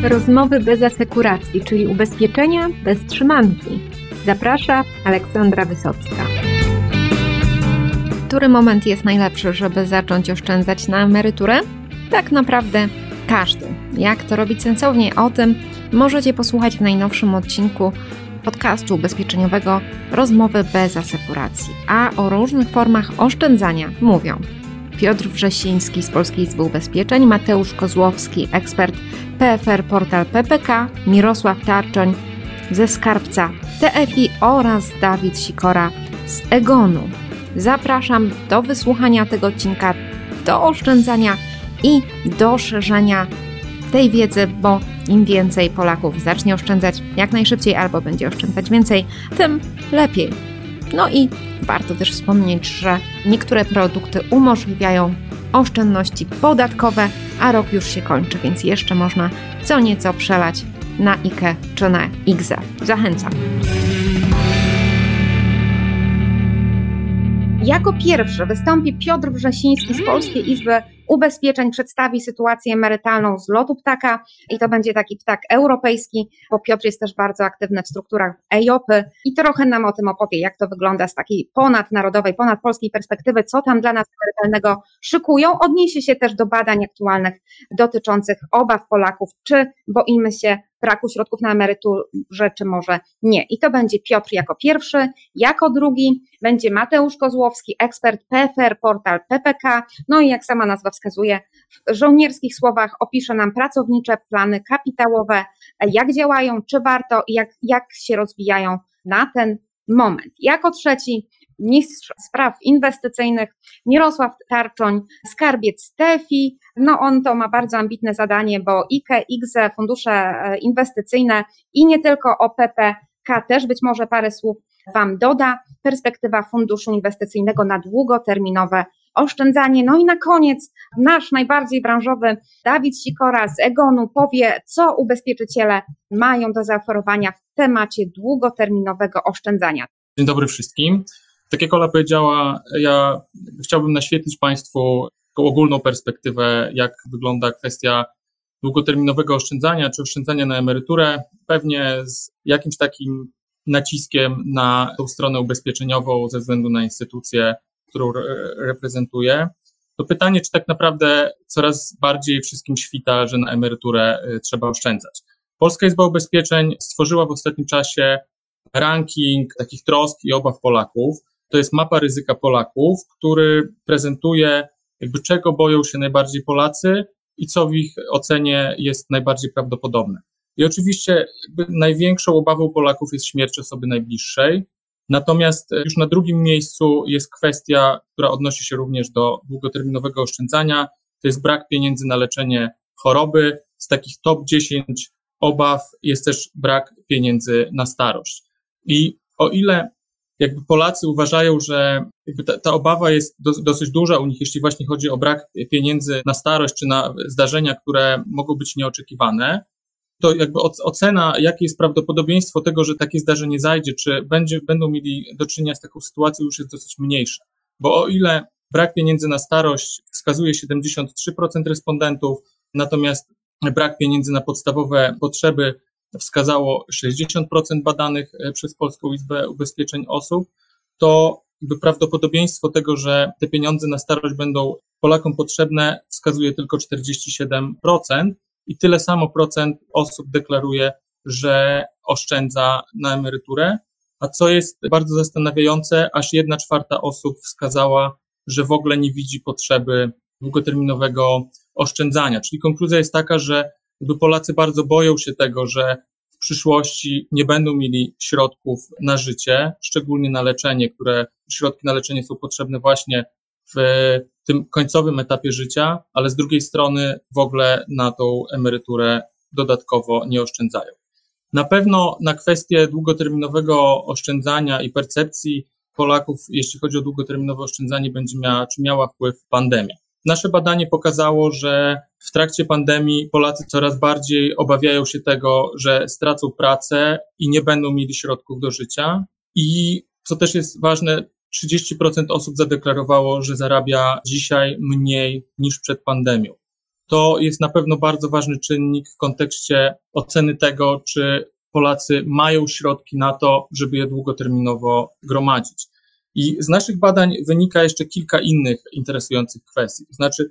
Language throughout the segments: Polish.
Rozmowy bez asekuracji, czyli ubezpieczenia bez trzymanki. Zaprasza Aleksandra Wysocka. Który moment jest najlepszy, żeby zacząć oszczędzać na emeryturę? Tak naprawdę każdy. Jak to robić sensownie? O tym możecie posłuchać w najnowszym odcinku podcastu ubezpieczeniowego Rozmowy bez asekuracji. A o różnych formach oszczędzania mówią Piotr Wrzesiński z Polskiej Izby Ubezpieczeń, Mateusz Kozłowski, ekspert PFR Portal PPK, Mirosław Tarczoń ze Skarbca TFI oraz Dawid Sikora z Egonu. Zapraszam do wysłuchania tego odcinka, do oszczędzania i do szerzenia tej wiedzy, bo im więcej Polaków zacznie oszczędzać jak najszybciej albo będzie oszczędzać więcej, tym lepiej. No i warto też wspomnieć, że niektóre produkty umożliwiają oszczędności podatkowe, a rok już się kończy, więc jeszcze można co nieco przelać na IKE czy na IKZE. Zachęcam. Jako pierwszy wystąpi Piotr Wrzesiński z Polskiej Izby Ubezpieczeń, przedstawi sytuację emerytalną z lotu ptaka i to będzie taki ptak europejski, bo Piotr jest też bardzo aktywny w strukturach EIOPy i trochę nam o tym opowie, jak to wygląda z takiej ponadnarodowej, ponadpolskiej perspektywy, co tam dla nas emerytalnego szykują. Odniesie się też do badań aktualnych dotyczących obaw Polaków, czy boimy się braku środków na emeryturze, czy może nie. I to będzie Piotr jako pierwszy, jako drugi będzie Mateusz Kozłowski, ekspert PFR Portal PPK, no i jak sama nazwa wskazuje, w żołnierskich słowach opisze nam pracownicze plany kapitałowe, jak działają, czy warto i jak się rozwijają na ten moment. Jako trzeci mistrz spraw inwestycyjnych Mirosław Tarczoń, skarbiec TFI. No on to ma bardzo ambitne zadanie, bo IKE, IKZE, fundusze inwestycyjne i nie tylko o PPK też być może parę słów Wam doda. Perspektywa funduszu inwestycyjnego na długoterminowe oszczędzanie. No i na koniec nasz najbardziej branżowy Dawid Sikora z Egonu powie, co ubezpieczyciele mają do zaoferowania w temacie długoterminowego oszczędzania. Dzień dobry wszystkim. Tak jak Ola powiedziała, ja chciałbym naświetlić Państwu taką ogólną perspektywę, jak wygląda kwestia długoterminowego oszczędzania czy oszczędzania na emeryturę, pewnie z jakimś takim naciskiem na tą stronę ubezpieczeniową ze względu na instytucję, którą reprezentuję. To pytanie, czy tak naprawdę coraz bardziej wszystkim świta, że na emeryturę trzeba oszczędzać. Polska Izba Ubezpieczeń stworzyła w ostatnim czasie ranking takich trosk i obaw Polaków. To jest mapa ryzyka Polaków, który prezentuje czego boją się najbardziej Polacy i co w ich ocenie jest najbardziej prawdopodobne. I oczywiście największą obawą Polaków jest śmierć osoby najbliższej, natomiast już na drugim miejscu jest kwestia, która odnosi się również do długoterminowego oszczędzania, to jest brak pieniędzy na leczenie choroby. Z takich top 10 obaw jest też brak pieniędzy na starość. I o ile Polacy uważają, że ta obawa jest dosyć duża u nich, jeśli właśnie chodzi o brak pieniędzy na starość czy na zdarzenia, które mogą być nieoczekiwane, to ocena, jakie jest prawdopodobieństwo tego, że takie zdarzenie zajdzie, czy będą mieli do czynienia z taką sytuacją, już jest dosyć mniejsza. Bo o ile brak pieniędzy na starość wskazuje 73% respondentów, natomiast brak pieniędzy na podstawowe potrzeby wskazało 60% badanych przez Polską Izbę Ubezpieczeń osób, to prawdopodobieństwo tego, że te pieniądze na starość będą Polakom potrzebne, wskazuje tylko 47%. I tyle samo procent osób deklaruje, że oszczędza na emeryturę, a co jest bardzo zastanawiające, aż 1/4 osób wskazała, że w ogóle nie widzi potrzeby długoterminowego oszczędzania. Czyli konkluzja jest taka, że Polacy bardzo boją się tego, że w przyszłości nie będą mieli środków na życie, szczególnie na leczenie, które środki na leczenie są potrzebne właśnie w tym końcowym etapie życia, ale z drugiej strony w ogóle na tą emeryturę dodatkowo nie oszczędzają. Na pewno na kwestię długoterminowego oszczędzania i percepcji Polaków, jeśli chodzi o długoterminowe oszczędzanie, miała wpływ pandemia. Nasze badanie pokazało, że w trakcie pandemii Polacy coraz bardziej obawiają się tego, że stracą pracę i nie będą mieli środków do życia. I co też jest ważne, 30% osób zadeklarowało, że zarabia dzisiaj mniej niż przed pandemią. to jest na pewno bardzo ważny czynnik w kontekście oceny tego, czy Polacy mają środki na to, żeby je długoterminowo gromadzić. I z naszych badań wynika jeszcze kilka innych interesujących kwestii. To znaczy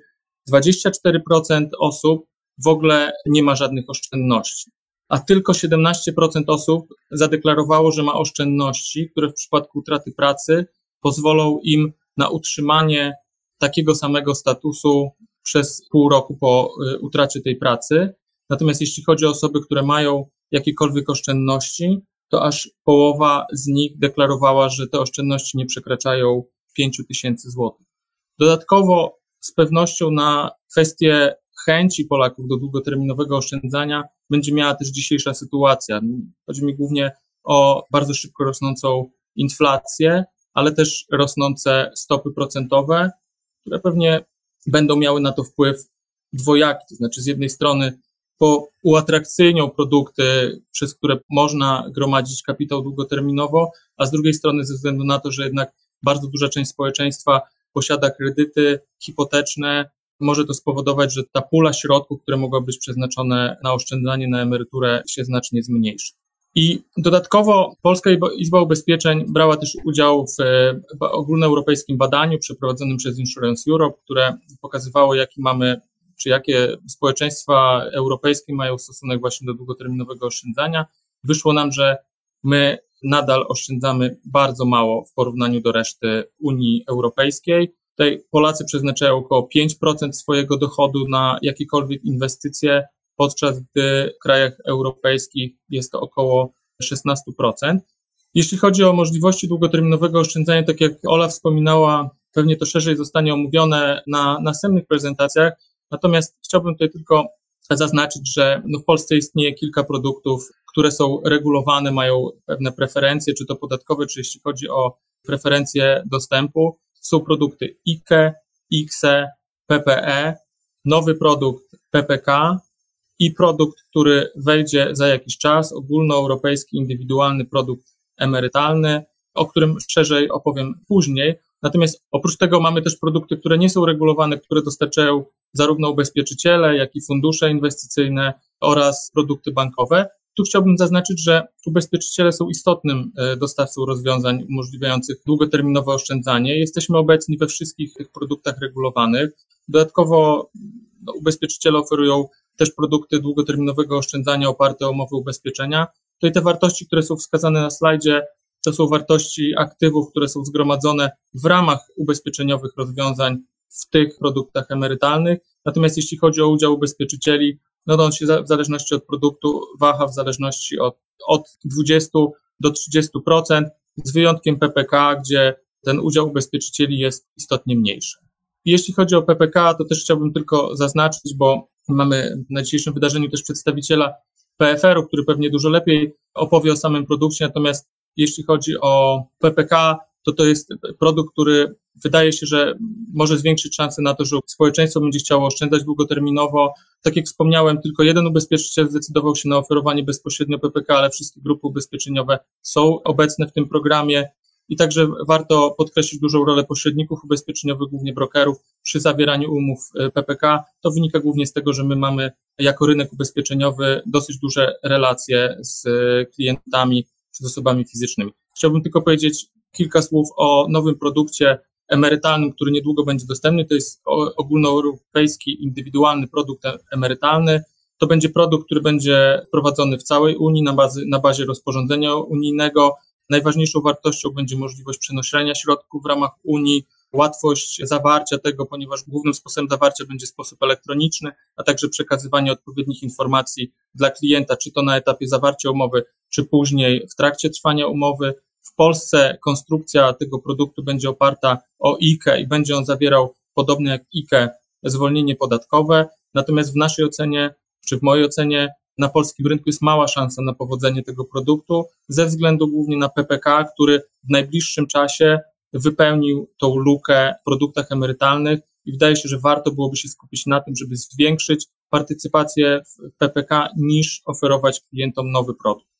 24% osób w ogóle nie ma żadnych oszczędności, a tylko 17% osób zadeklarowało, że ma oszczędności, które w przypadku utraty pracy pozwolą im na utrzymanie takiego samego statusu przez pół roku po utracie tej pracy. Natomiast jeśli chodzi o osoby, które mają jakiekolwiek oszczędności, to aż połowa z nich deklarowała, że te oszczędności nie przekraczają 5 000 złotych. Dodatkowo z pewnością na kwestię chęci Polaków do długoterminowego oszczędzania będzie miała też dzisiejsza sytuacja. Chodzi mi głównie o bardzo szybko rosnącą inflację, ale też rosnące stopy procentowe, które pewnie będą miały na to wpływ dwojaki. To znaczy z jednej strony uatrakcyjnią produkty, przez które można gromadzić kapitał długoterminowo, a z drugiej strony ze względu na to, że jednak bardzo duża część społeczeństwa posiada kredyty hipoteczne, może to spowodować, że ta pula środków, które mogą być przeznaczone na oszczędzanie, na emeryturę, się znacznie zmniejszy. I dodatkowo Polska Izba Ubezpieczeń brała też udział w ogólnoeuropejskim badaniu przeprowadzonym przez Insurance Europe, które pokazywało, jakie społeczeństwa europejskie mają stosunek właśnie do długoterminowego oszczędzania. Wyszło nam, że my nadal oszczędzamy bardzo mało w porównaniu do reszty Unii Europejskiej. Tutaj Polacy przeznaczają około 5% swojego dochodu na jakiekolwiek inwestycje, podczas gdy w krajach europejskich jest to około 16%. Jeśli chodzi o możliwości długoterminowego oszczędzania, tak jak Ola wspominała, pewnie to szerzej zostanie omówione na następnych prezentacjach, natomiast chciałbym tutaj tylko zaznaczyć, że w Polsce istnieje kilka produktów, które są regulowane, mają pewne preferencje, czy to podatkowe, czy jeśli chodzi o preferencje dostępu. Są produkty IKE, IKSE, PPE, nowy produkt PPK i produkt, który wejdzie za jakiś czas, ogólnoeuropejski indywidualny produkt emerytalny, o którym szerzej opowiem później. Natomiast oprócz tego mamy też produkty, które nie są regulowane, które dostarczają zarówno ubezpieczyciele, jak i fundusze inwestycyjne oraz produkty bankowe. Tu chciałbym zaznaczyć, że ubezpieczyciele są istotnym dostawcą rozwiązań umożliwiających długoterminowe oszczędzanie. Jesteśmy obecni we wszystkich tych produktach regulowanych. Dodatkowo ubezpieczyciele oferują też produkty długoterminowego oszczędzania oparte o umowy ubezpieczenia. Tutaj te wartości, które są wskazane na slajdzie, to są wartości aktywów, które są zgromadzone w ramach ubezpieczeniowych rozwiązań w tych produktach emerytalnych. Natomiast jeśli chodzi o udział ubezpieczycieli, no to on się w zależności od produktu waha w zależności od 20 do 30%, z wyjątkiem PPK, gdzie ten udział ubezpieczycieli jest istotnie mniejszy. Jeśli chodzi o PPK, to też chciałbym tylko zaznaczyć, bo mamy na dzisiejszym wydarzeniu też przedstawiciela PFR-u, który pewnie dużo lepiej opowie o samym produkcie, natomiast jeśli chodzi o PPK, to jest produkt, który wydaje się, że może zwiększyć szanse na to, że społeczeństwo będzie chciało oszczędzać długoterminowo. Tak jak wspomniałem, tylko jeden ubezpieczyciel zdecydował się na oferowanie bezpośrednio PPK, ale wszystkie grupy ubezpieczeniowe są obecne w tym programie i także warto podkreślić dużą rolę pośredników ubezpieczeniowych, głównie brokerów, przy zawieraniu umów PPK. To wynika głównie z tego, że my mamy jako rynek ubezpieczeniowy dosyć duże relacje z klientami, z osobami fizycznymi. Chciałbym tylko powiedzieć kilka słów o nowym produkcie emerytalnym, który niedługo będzie dostępny. To jest ogólnoeuropejski indywidualny produkt emerytalny. To będzie produkt, który będzie wprowadzony w całej Unii na bazie rozporządzenia unijnego. Najważniejszą wartością będzie możliwość przenoszenia środków w ramach Unii, łatwość zawarcia tego, ponieważ głównym sposobem zawarcia będzie sposób elektroniczny, a także przekazywanie odpowiednich informacji dla klienta, czy to na etapie zawarcia umowy, czy później w trakcie trwania umowy. W Polsce konstrukcja tego produktu będzie oparta o IKE i będzie on zawierał, podobnie jak IKE, zwolnienie podatkowe. Natomiast w naszej ocenie, czy w mojej ocenie, na polskim rynku jest mała szansa na powodzenie tego produktu, ze względu głównie na PPK, który w najbliższym czasie wypełnił tą lukę w produktach emerytalnych i wydaje się, że warto byłoby się skupić na tym, żeby zwiększyć partycypację w PPK, niż oferować klientom nowy produkt.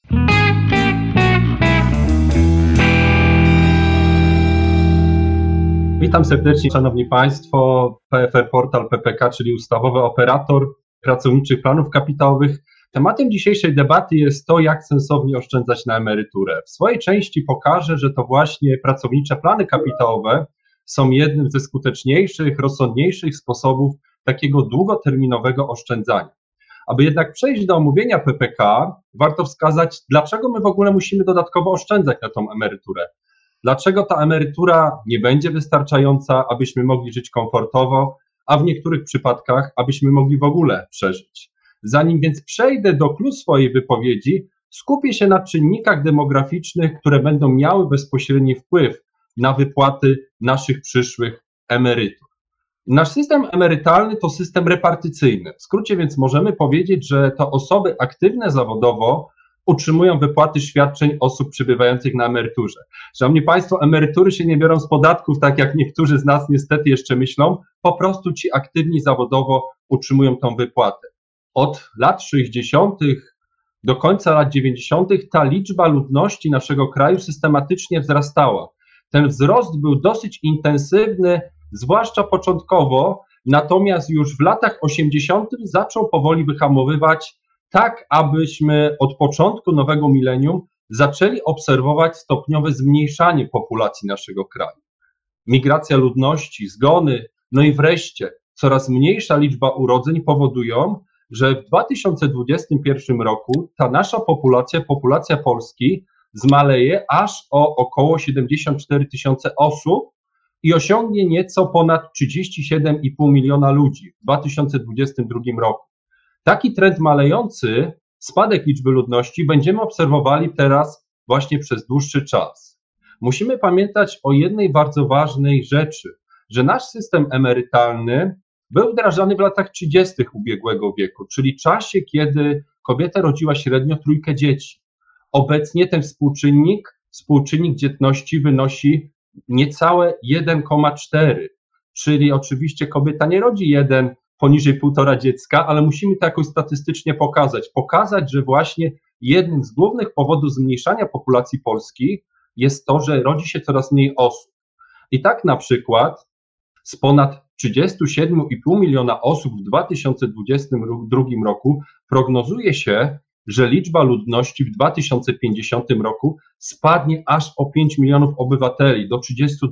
Witam serdecznie, Szanowni Państwo. PFR Portal PPK, czyli ustawowy operator pracowniczych planów kapitałowych. Tematem dzisiejszej debaty jest to, jak sensownie oszczędzać na emeryturę. W swojej części pokażę, że to właśnie pracownicze plany kapitałowe są jednym ze skuteczniejszych, rozsądniejszych sposobów takiego długoterminowego oszczędzania. Aby jednak przejść do omówienia PPK, warto wskazać, dlaczego my w ogóle musimy dodatkowo oszczędzać na tą emeryturę. Dlaczego ta emerytura nie będzie wystarczająca, abyśmy mogli żyć komfortowo, a w niektórych przypadkach, abyśmy mogli w ogóle przeżyć. Zanim więc przejdę do clou swojej wypowiedzi, skupię się na czynnikach demograficznych, które będą miały bezpośredni wpływ na wypłaty naszych przyszłych emerytur. Nasz system emerytalny to system repartycyjny. W skrócie więc możemy powiedzieć, że to osoby aktywne zawodowo utrzymują wypłaty świadczeń osób przebywających na emeryturze. Szanowni Państwo, emerytury się nie biorą z podatków, tak jak niektórzy z nas niestety jeszcze myślą, po prostu ci aktywni zawodowo utrzymują tą wypłatę. Od lat 60. do końca lat 90. ta liczba ludności naszego kraju systematycznie wzrastała. Ten wzrost był dosyć intensywny, zwłaszcza początkowo, natomiast już w latach 80. zaczął powoli wyhamowywać, tak abyśmy od początku nowego milenium zaczęli obserwować stopniowe zmniejszanie populacji naszego kraju. Migracja ludności, zgony, no i wreszcie coraz mniejsza liczba urodzeń powodują, że w 2021 roku ta nasza populacja Polski zmaleje aż o około 74 tysiące osób i osiągnie nieco ponad 37,5 miliona ludzi w 2022 roku. Taki trend malejący, spadek liczby ludności będziemy obserwowali teraz właśnie przez dłuższy czas. Musimy pamiętać o jednej bardzo ważnej rzeczy, że nasz system emerytalny był wdrażany w latach 30. ubiegłego wieku, czyli czasie, kiedy kobieta rodziła średnio 3 dzieci. Obecnie ten współczynnik dzietności wynosi niecałe 1,4, czyli oczywiście kobieta nie rodzi poniżej 1,5 dziecka, ale musimy to jakoś statystycznie pokazać, że właśnie jednym z głównych powodów zmniejszania populacji Polski jest to, że rodzi się coraz mniej osób. I tak na przykład z ponad 37,5 miliona osób w 2022 roku prognozuje się, że liczba ludności w 2050 roku spadnie aż o 5 milionów obywateli do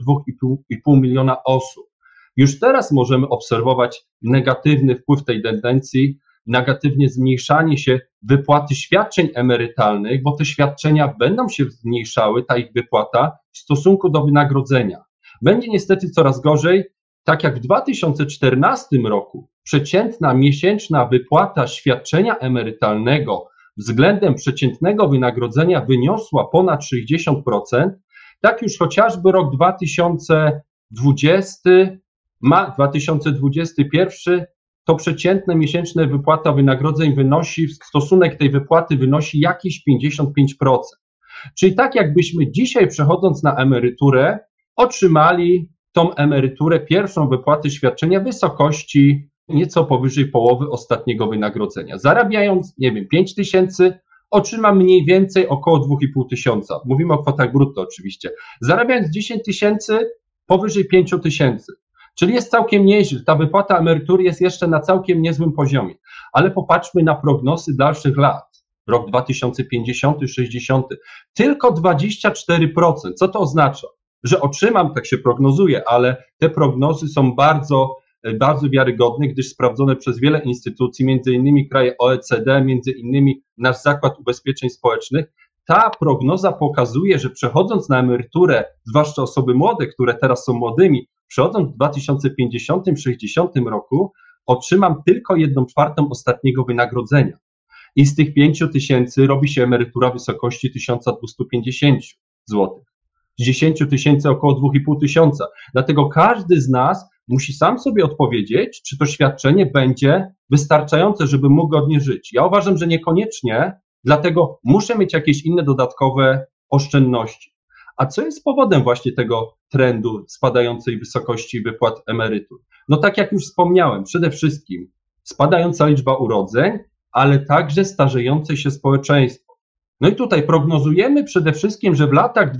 32,5 miliona osób. Już teraz możemy obserwować negatywny wpływ tej tendencji, negatywnie zmniejszanie się wypłaty świadczeń emerytalnych, bo te świadczenia będą się zmniejszały, ta ich wypłata w stosunku do wynagrodzenia. Będzie niestety coraz gorzej, tak jak w 2014 roku przeciętna miesięczna wypłata świadczenia emerytalnego względem przeciętnego wynagrodzenia wyniosła ponad 60%, tak już chociażby rok 2021 to przeciętne miesięczne wypłata wynagrodzeń stosunek tej wypłaty wynosi jakieś 55%. Czyli tak jakbyśmy dzisiaj przechodząc na emeryturę otrzymali tą emeryturę, pierwszą wypłatę świadczenia w wysokości nieco powyżej połowy ostatniego wynagrodzenia. Zarabiając, 5 tysięcy, otrzymam mniej więcej około 2,5 tysiąca. Mówimy o kwotach brutto oczywiście. Zarabiając 10 tysięcy, powyżej 5 tysięcy. Czyli jest całkiem nieźle. Ta wypłata emerytury jest jeszcze na całkiem niezłym poziomie. Ale popatrzmy na prognozy dalszych lat. Rok 2050, 60. Tylko 24%. Co to oznacza? Że otrzymam, tak się prognozuje, ale te prognozy są bardzo wiarygodne, gdyż sprawdzone przez wiele instytucji, między innymi kraje OECD, między innymi nasz Zakład Ubezpieczeń Społecznych. Ta prognoza pokazuje, że przechodząc na emeryturę, zwłaszcza osoby młode, które teraz są młodymi, przechodząc w 2050-60 roku, otrzymam tylko 1/4 ostatniego wynagrodzenia. I z tych 5 tysięcy robi się emerytura w wysokości 1250 zł. Z 10 tysięcy około 2,5 tysiąca. Dlatego każdy z nas musi sam sobie odpowiedzieć, czy to świadczenie będzie wystarczające, żeby mógł godnie żyć. Ja uważam, że niekoniecznie, dlatego muszę mieć jakieś inne dodatkowe oszczędności. A co jest powodem właśnie tego trendu spadającej wysokości wypłat emerytur? No tak jak już wspomniałem, przede wszystkim spadająca liczba urodzeń, ale także starzejące się społeczeństwo. No i tutaj prognozujemy przede wszystkim, że w latach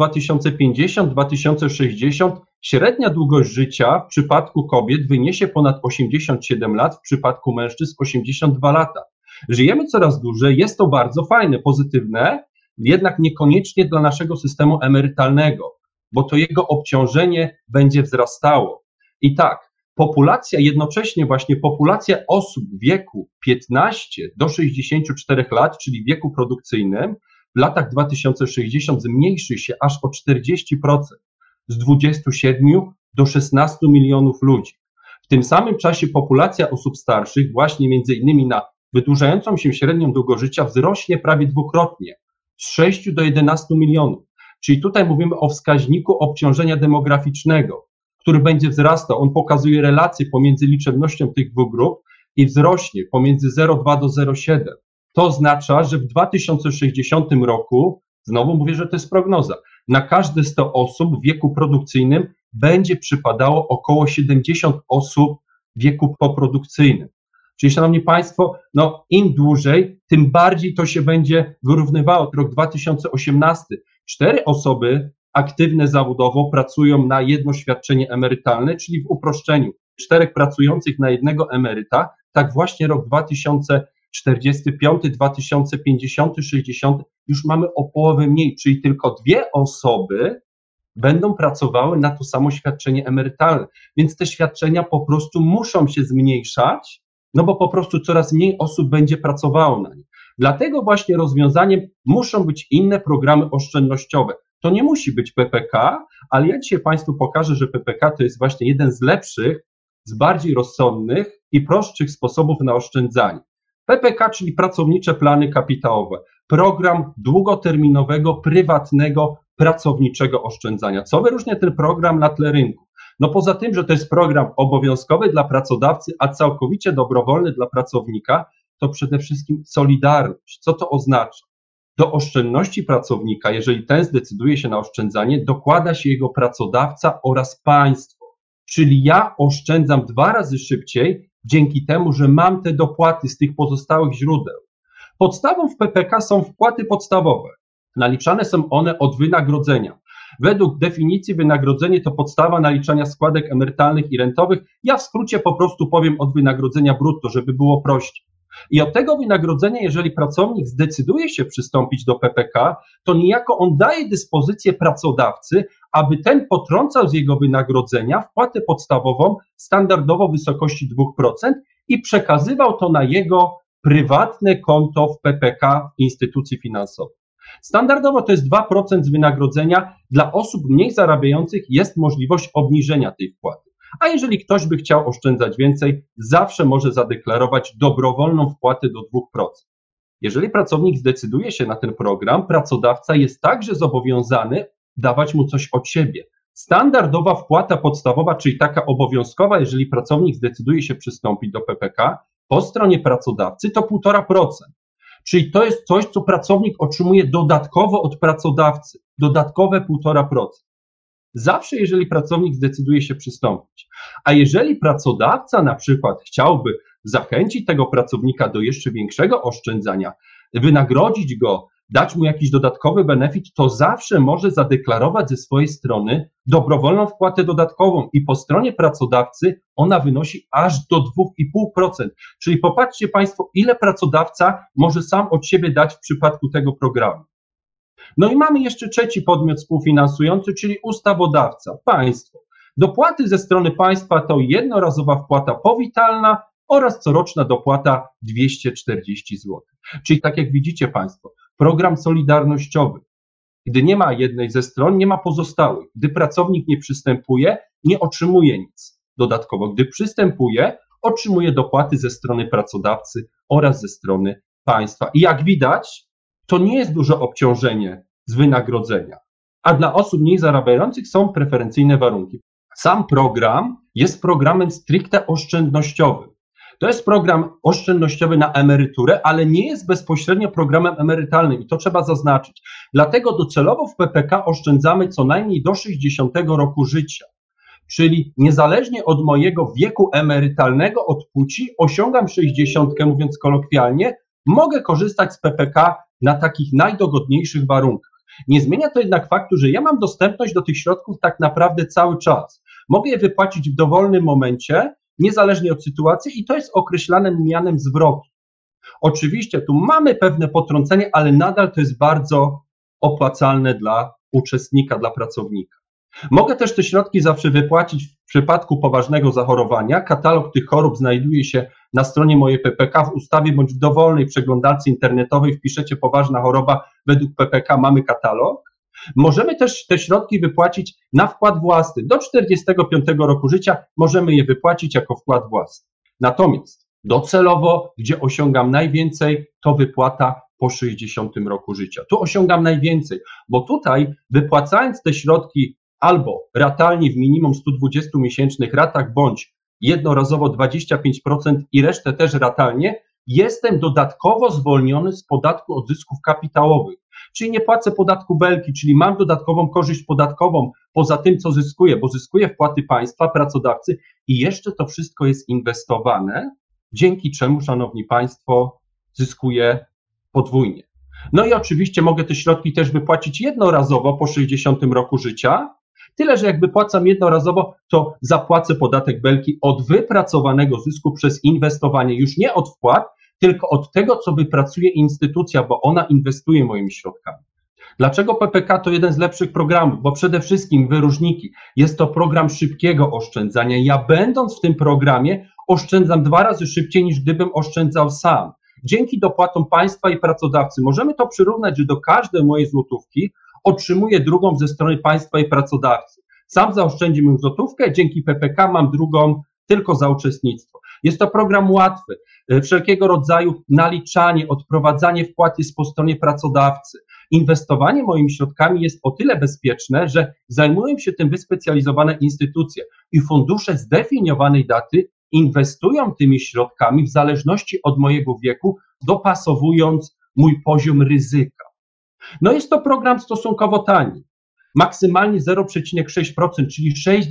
2050-2060 średnia długość życia w przypadku kobiet wyniesie ponad 87 lat, w przypadku mężczyzn 82 lata. Żyjemy coraz dłużej, jest to bardzo fajne, pozytywne, jednak niekoniecznie dla naszego systemu emerytalnego, bo to jego obciążenie będzie wzrastało. I tak, jednocześnie właśnie populacja osób w wieku 15 do 64 lat, czyli w wieku produkcyjnym, w latach 2060 zmniejszy się aż o 40%, z 27 do 16 milionów ludzi. W tym samym czasie populacja osób starszych, właśnie między innymi na wydłużającą się średnią długość życia, wzrośnie prawie dwukrotnie, z 6 do 11 milionów. Czyli tutaj mówimy o wskaźniku obciążenia demograficznego, który będzie wzrastał. On pokazuje relację pomiędzy liczebnością tych dwóch grup i wzrośnie pomiędzy 0,2 do 0,7. To oznacza, że w 2060 roku, znowu mówię, że to jest prognoza, na każde 100 osób w wieku produkcyjnym będzie przypadało około 70 osób w wieku poprodukcyjnym. Czyli, szanowni państwo, im dłużej, tym bardziej to się będzie wyrównywało. Rok 2018, 4 osoby aktywne zawodowo pracują na jedno świadczenie emerytalne, czyli w uproszczeniu 4 pracujących na jednego emeryta, tak właśnie rok 2045, 2050, 60 już mamy o połowę mniej, czyli tylko 2 osoby będą pracowały na to samo świadczenie emerytalne. Więc te świadczenia po prostu muszą się zmniejszać, bo po prostu coraz mniej osób będzie pracowało na nich. Dlatego właśnie rozwiązaniem muszą być inne programy oszczędnościowe. To nie musi być PPK, ale ja dzisiaj Państwu pokażę, że PPK to jest właśnie jeden z lepszych, z bardziej rozsądnych i prostszych sposobów na oszczędzanie. PPK, czyli pracownicze plany kapitałowe. Program długoterminowego, prywatnego, pracowniczego oszczędzania. Co wyróżnia ten program na tle rynku? Poza tym, że to jest program obowiązkowy dla pracodawcy, a całkowicie dobrowolny dla pracownika, to przede wszystkim solidarność. Co to oznacza? Do oszczędności pracownika, jeżeli ten zdecyduje się na oszczędzanie, dokłada się jego pracodawca oraz państwo. Czyli ja oszczędzam 2 razy szybciej dzięki temu, że mam te dopłaty z tych pozostałych źródeł. Podstawą w PPK są wpłaty podstawowe. Naliczane są one od wynagrodzenia. Według definicji wynagrodzenie to podstawa naliczania składek emerytalnych i rentowych. Ja w skrócie po prostu powiem od wynagrodzenia brutto, żeby było prościej. I od tego wynagrodzenia, jeżeli pracownik zdecyduje się przystąpić do PPK, to niejako on daje dyspozycję pracodawcy, aby ten potrącał z jego wynagrodzenia wpłatę podstawową standardowo w wysokości 2% i przekazywał to na jego prywatne konto w PPK instytucji finansowej. Standardowo to jest 2% z wynagrodzenia. Dla osób mniej zarabiających jest możliwość obniżenia tej wpłaty. A jeżeli ktoś by chciał oszczędzać więcej, zawsze może zadeklarować dobrowolną wpłatę do 2%. Jeżeli pracownik zdecyduje się na ten program, pracodawca jest także zobowiązany dawać mu coś od siebie. Standardowa wpłata podstawowa, czyli taka obowiązkowa, jeżeli pracownik zdecyduje się przystąpić do PPK, po stronie pracodawcy to 1,5%. Czyli to jest coś, co pracownik otrzymuje dodatkowo od pracodawcy, dodatkowe 1,5%. Zawsze, jeżeli pracownik zdecyduje się przystąpić. A jeżeli pracodawca na przykład chciałby zachęcić tego pracownika do jeszcze większego oszczędzania, wynagrodzić go, dać mu jakiś dodatkowy benefit, to zawsze może zadeklarować ze swojej strony dobrowolną wpłatę dodatkową i po stronie pracodawcy ona wynosi aż do 2,5%. Czyli popatrzcie Państwo, ile pracodawca może sam od siebie dać w przypadku tego programu. No i mamy jeszcze trzeci podmiot współfinansujący, czyli ustawodawca, państwo. Dopłaty ze strony państwa to jednorazowa wpłata powitalna oraz coroczna dopłata 240 zł. Czyli tak jak widzicie Państwo, program solidarnościowy. Gdy nie ma jednej ze stron, nie ma pozostałych. Gdy pracownik nie przystępuje, nie otrzymuje nic dodatkowo. Gdy przystępuje, otrzymuje dopłaty ze strony pracodawcy oraz ze strony państwa. I jak widać, to nie jest duże obciążenie z wynagrodzenia, a dla osób mniej zarabiających są preferencyjne warunki. Sam program jest programem stricte oszczędnościowym. To jest program oszczędnościowy na emeryturę, ale nie jest bezpośrednio programem emerytalnym i to trzeba zaznaczyć. Dlatego docelowo w PPK oszczędzamy co najmniej do 60 roku życia. Czyli niezależnie od mojego wieku emerytalnego, od płci, osiągam 60, mówiąc kolokwialnie, mogę korzystać z PPK na takich najdogodniejszych warunkach. Nie zmienia to jednak faktu, że ja mam dostępność do tych środków tak naprawdę cały czas. Mogę je wypłacić w dowolnym momencie, niezależnie od sytuacji i to jest określane mianem zwrotu. Oczywiście tu mamy pewne potrącenie, ale nadal to jest bardzo opłacalne dla uczestnika, dla pracownika. Mogę też te środki zawsze wypłacić w przypadku poważnego zachorowania. Katalog tych chorób znajduje się na stronie mojej PPK w ustawie bądź w dowolnej przeglądarce internetowej. Wpiszecie poważna choroba, według PPK mamy katalog. Możemy też te środki wypłacić na wkład własny. Do 45 roku życia możemy je wypłacić jako wkład własny. Natomiast docelowo, gdzie osiągam najwięcej, to wypłata po 60 roku życia. Tu osiągam najwięcej, bo tutaj wypłacając te środki albo ratalnie w minimum 120 miesięcznych ratach, bądź jednorazowo 25% i resztę też ratalnie, jestem dodatkowo zwolniony z podatku od zysków kapitałowych. Czyli nie płacę podatku belki, czyli mam dodatkową korzyść podatkową poza tym, co zyskuję, bo zyskuję wpłaty państwa, pracodawcy i jeszcze to wszystko jest inwestowane, dzięki czemu, szanowni państwo, zyskuję podwójnie. No i oczywiście mogę te środki też wypłacić jednorazowo po 60 roku życia, tyle, że jak wypłacam jednorazowo, to zapłacę podatek belki od wypracowanego zysku przez inwestowanie, już nie od wpłat, tylko od tego, co wypracuje instytucja, bo ona inwestuje moimi środkami. Dlaczego PPK to jeden z lepszych programów? Bo przede wszystkim wyróżniki. Jest to program szybkiego oszczędzania. Ja będąc w tym programie oszczędzam 2 razy szybciej niż gdybym oszczędzał sam. Dzięki dopłatom państwa i pracodawcy możemy to przyrównać, że do każdej mojej złotówki otrzymuję drugą ze strony państwa i pracodawcy. Sam zaoszczędziłem złotówkę, dzięki PPK mam drugą tylko za uczestnictwo. Jest to program łatwy, wszelkiego rodzaju naliczanie, odprowadzanie wpłat jest po stronie pracodawcy. Inwestowanie moimi środkami jest o tyle bezpieczne, że zajmują się tym wyspecjalizowane instytucje i fundusze zdefiniowanej daty inwestują tymi środkami w zależności od mojego wieku, dopasowując mój poziom ryzyka. No jest to program stosunkowo tani, maksymalnie 0,6%, czyli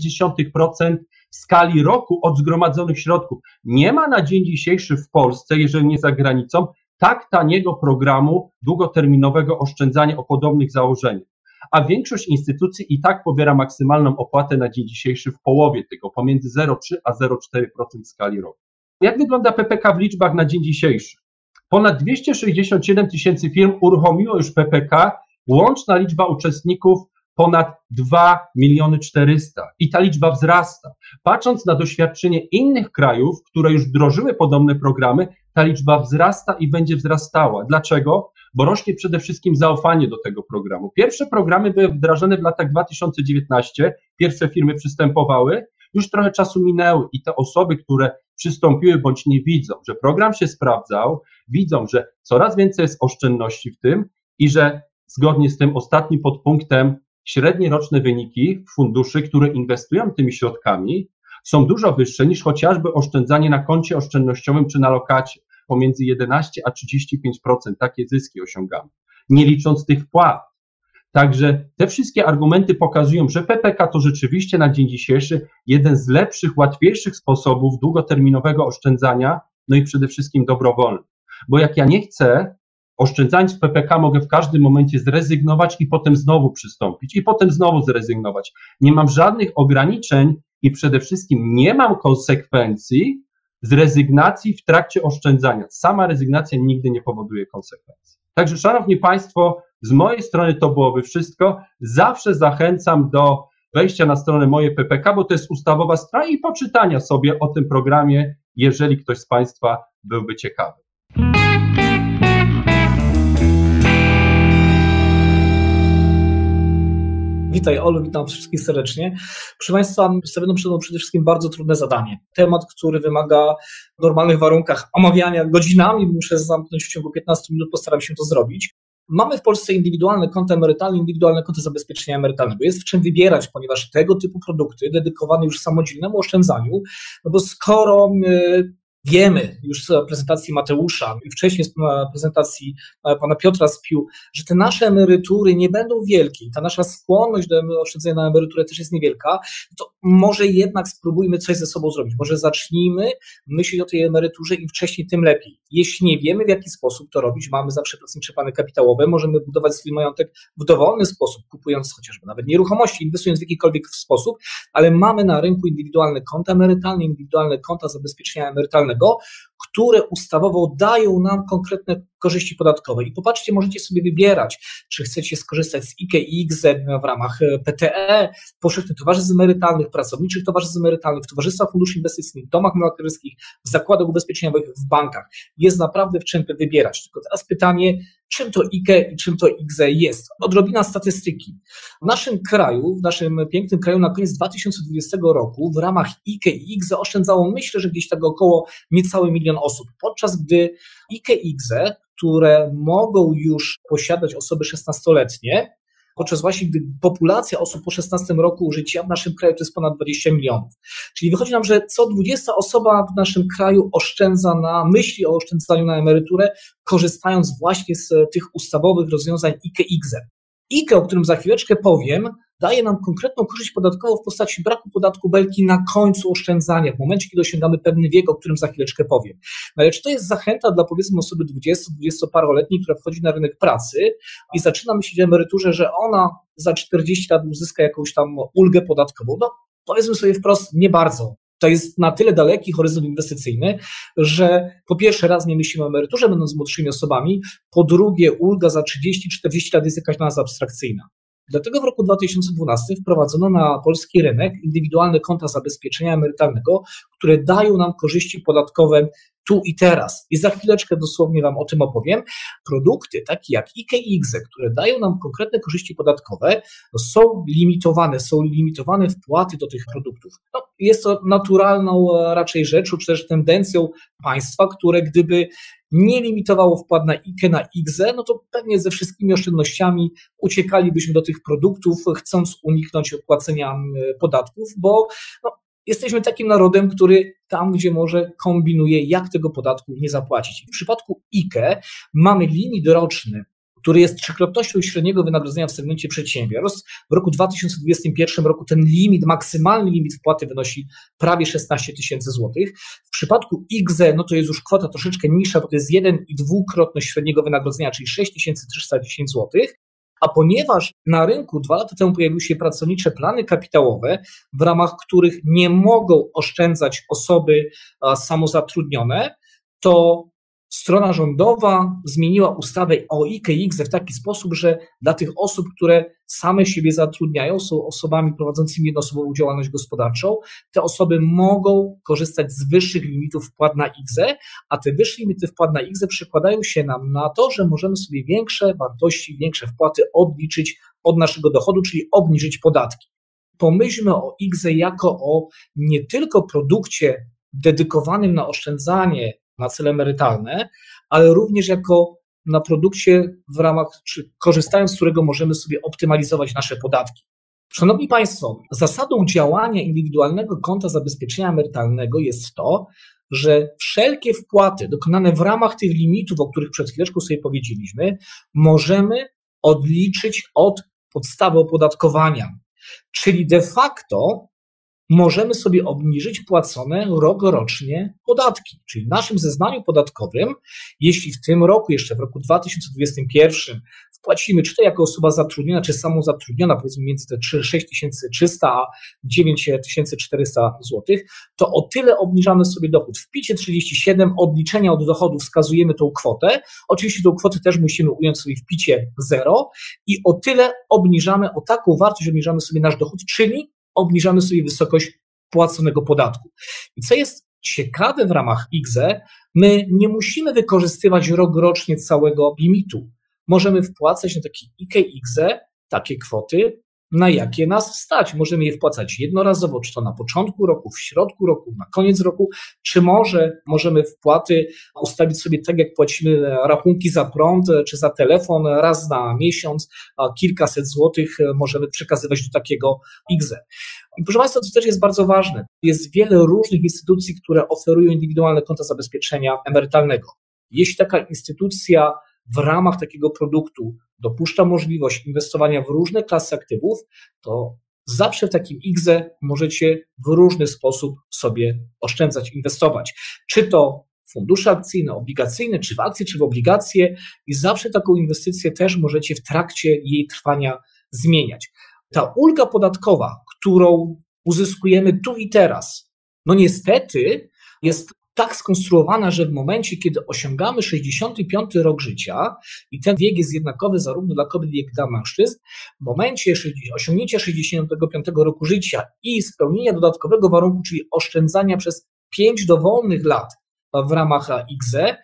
0,6% w skali roku od zgromadzonych środków. Nie ma na dzień dzisiejszy w Polsce, jeżeli nie za granicą, tak taniego programu długoterminowego oszczędzania o podobnych założeniach. A większość instytucji i tak pobiera maksymalną opłatę na dzień dzisiejszy w połowie tego, pomiędzy 0,3 a 0,4% w skali roku. Jak wygląda PPK w liczbach na dzień dzisiejszy? Ponad 267 tysięcy firm uruchomiło już PPK, łączna liczba uczestników ponad 2 400 000 i ta liczba wzrasta. Patrząc na doświadczenie innych krajów, które już wdrożyły podobne programy, ta liczba wzrasta i będzie wzrastała. Dlaczego? Bo rośnie przede wszystkim zaufanie do tego programu. Pierwsze programy były wdrażane w latach 2019, pierwsze firmy przystępowały, już trochę czasu minęło i te osoby, które przystąpiły bądź nie widzą, że program się sprawdzał, widzą, że coraz więcej jest oszczędności w tym i że zgodnie z tym ostatnim podpunktem średnie roczne wyniki funduszy, które inwestują tymi środkami, są dużo wyższe niż chociażby oszczędzanie na koncie oszczędnościowym czy na lokacie. Pomiędzy 11 a 35% takie zyski osiągamy, nie licząc tych wpłat. Także te wszystkie argumenty pokazują, że PPK to rzeczywiście na dzień dzisiejszy jeden z lepszych, łatwiejszych sposobów długoterminowego oszczędzania, no i przede wszystkim dobrowolny. Bo jak ja nie chcę, oszczędzając w PPK mogę w każdym momencie zrezygnować i potem znowu przystąpić i potem znowu zrezygnować. Nie mam żadnych ograniczeń i przede wszystkim nie mam konsekwencji z rezygnacji w trakcie oszczędzania. Sama rezygnacja nigdy nie powoduje konsekwencji. Także szanowni państwo, z mojej strony to byłoby wszystko. Zawsze zachęcam do wejścia na stronę Moje PPK, bo to jest ustawowa strona i poczytania sobie o tym programie, jeżeli ktoś z państwa byłby ciekawy. Witaj Olu, witam wszystkich serdecznie. Proszę Państwa, stawiano przed mną przede wszystkim bardzo trudne zadanie. Temat, który wymaga w normalnych warunkach omawiania godzinami, muszę zamknąć w ciągu 15 minut, postaram się to zrobić. Mamy w Polsce indywidualne konta emerytalne, indywidualne konto zabezpieczenia emerytalnego. Jest w czym wybierać, ponieważ tego typu produkty dedykowane już samodzielnemu oszczędzaniu, no bo skoro Wiemy już z prezentacji Mateusza i wcześniej z prezentacji pana Piotra Spił, że te nasze emerytury nie będą wielkie, ta nasza skłonność do oszczędzania na emeryturę też jest niewielka, to może jednak spróbujmy coś ze sobą zrobić. Może zacznijmy myśleć o tej emeryturze im wcześniej, tym lepiej. Jeśli nie wiemy, w jaki sposób to robić, mamy zawsze pracownicze plany kapitałowe, możemy budować swój majątek w dowolny sposób, kupując chociażby nawet nieruchomości, inwestując w jakikolwiek sposób, ale mamy na rynku indywidualne konta emerytalne, indywidualne konta zabezpieczenia emerytalnego, które ustawowo dają nam konkretne korzyści podatkowe. I popatrzcie, możecie sobie wybierać, czy chcecie skorzystać z IKE i IKZE w ramach PTE, powszechnych towarzystw emerytalnych, pracowniczych towarzystw emerytalnych, w towarzystwach funduszy inwestycyjnych, domach maklerskich, w zakładach ubezpieczeniowych, w bankach. Jest naprawdę w czym wybierać. Tylko teraz pytanie, czym to IKE i czym to IKZE jest? Odrobina statystyki. W naszym kraju, w naszym pięknym kraju na koniec 2020 roku w ramach IKE i IKZE oszczędzało, myślę, że gdzieś tak około niecały 1 000 000 osób, podczas gdy IKE i IKZE, które mogą już posiadać osoby 16-letnie, podczas właśnie gdy populacja osób po 16 roku życia w naszym kraju to jest ponad 20 milionów. Czyli wychodzi nam, że co 20 osoba w naszym kraju myśli o oszczędzaniu na emeryturę, korzystając właśnie z tych ustawowych rozwiązań IKE-IKZE. IKE, o którym za chwileczkę powiem, daje nam konkretną korzyść podatkową w postaci braku podatku belki na końcu oszczędzania, w momencie, kiedy osiągamy pewny wiek, o którym za chwileczkę powiem. No ale czy to jest zachęta dla, powiedzmy, osoby 20-paroletniej, która wchodzi na rynek pracy i zaczyna myśleć o emeryturze, że ona za 40 lat uzyska jakąś tam ulgę podatkową? No, powiedzmy sobie wprost, nie bardzo. To jest na tyle daleki horyzont inwestycyjny, że po pierwsze raz nie myślimy o emeryturze, będąc młodszymi osobami, po drugie ulga za 30-40 lat jest jakaś dla nas abstrakcyjna. Dlatego w roku 2012 wprowadzono na polski rynek indywidualne konta zabezpieczenia emerytalnego, które dają nam korzyści podatkowe tu i teraz. I za chwileczkę dosłownie Wam o tym opowiem. Produkty takie jak IKE i IKZE, które dają nam konkretne korzyści podatkowe, są limitowane wpłaty do tych produktów. No, jest to naturalną raczej rzeczą, czy też tendencją państwa, które gdyby nie limitowało wpłat na IKE, na IKZE, no to pewnie ze wszystkimi oszczędnościami uciekalibyśmy do tych produktów, chcąc uniknąć płacenia podatków, bo jesteśmy takim narodem, który tam, gdzie może, kombinuje, jak tego podatku nie zapłacić. W przypadku IKE mamy limit roczny, który jest trzykrotnością średniego wynagrodzenia w segmencie przedsiębiorstw. W roku 2021 roku ten maksymalny limit wpłaty wynosi prawie 16 000 złotych. W przypadku IKZE, no to jest już kwota troszeczkę niższa, bo to jest 1- i 2-krotność średniego wynagrodzenia, czyli 6310 złotych. A ponieważ na rynku 2 lata temu pojawiły się pracownicze plany kapitałowe, w ramach których nie mogą oszczędzać osoby samozatrudnione, to strona rządowa zmieniła ustawę o IKE i IKZE w taki sposób, że dla tych osób, które same siebie zatrudniają, są osobami prowadzącymi jednoosobową działalność gospodarczą, te osoby mogą korzystać z wyższych limitów wpłat na IKZE, a te wyższe limity wpłat na IKZE przekładają się nam na to, że możemy sobie większe wartości, większe wpłaty odliczyć od naszego dochodu, czyli obniżyć podatki. Pomyślmy o IKZE jako o nie tylko produkcie dedykowanym na oszczędzanie na cele emerytalne, ale również jako na produkcie, w ramach, czy korzystając z którego możemy sobie optymalizować nasze podatki. Szanowni Państwo, zasadą działania indywidualnego konta zabezpieczenia emerytalnego jest to, że wszelkie wpłaty dokonane w ramach tych limitów, o których przed chwileczką sobie powiedzieliśmy, możemy odliczyć od podstawy opodatkowania. Czyli de facto możemy sobie obniżyć płacone rokrocznie podatki. Czyli w naszym zeznaniu podatkowym, jeśli w tym roku, jeszcze w roku 2021 wpłacimy, czy to jako osoba zatrudniona, czy samozatrudniona, powiedzmy między te 6300 a 9400 zł, to o tyle obniżamy sobie dochód. W PIT-ie 37 odliczenia od dochodu wskazujemy tą kwotę. Oczywiście tą kwotę też musimy ująć sobie w PIT-ie 0 i o tyle o taką wartość obniżamy sobie nasz dochód, czyli obniżamy sobie wysokość płaconego podatku. I co jest ciekawe w ramach IKZE, my nie musimy wykorzystywać rokrocznie całego limitu. Możemy wpłacać na taki IKE, IKZE takie kwoty na jakie nas stać. Możemy je wpłacać jednorazowo, czy to na początku roku, w środku roku, na koniec roku, czy możemy wpłaty ustawić sobie tak, jak płacimy rachunki za prąd, czy za telefon raz na miesiąc, a kilkaset złotych możemy przekazywać do takiego IKZE. I proszę Państwa, to też jest bardzo ważne. Jest wiele różnych instytucji, które oferują indywidualne konta zabezpieczenia emerytalnego. Jeśli taka instytucja w ramach takiego produktu dopuszcza możliwość inwestowania w różne klasy aktywów, to zawsze w takim IKZE możecie w różny sposób sobie oszczędzać, inwestować. Czy to fundusze akcyjne, obligacyjne, czy w akcje, czy w obligacje i zawsze taką inwestycję też możecie w trakcie jej trwania zmieniać. Ta ulga podatkowa, którą uzyskujemy tu i teraz, no niestety jest tak skonstruowana, że w momencie, kiedy osiągamy 65 rok życia i ten wiek jest jednakowy zarówno dla kobiet, jak i dla mężczyzn, w momencie osiągnięcia 65 roku życia i spełnienia dodatkowego warunku, czyli oszczędzania przez 5 dowolnych lat w ramach IKZE,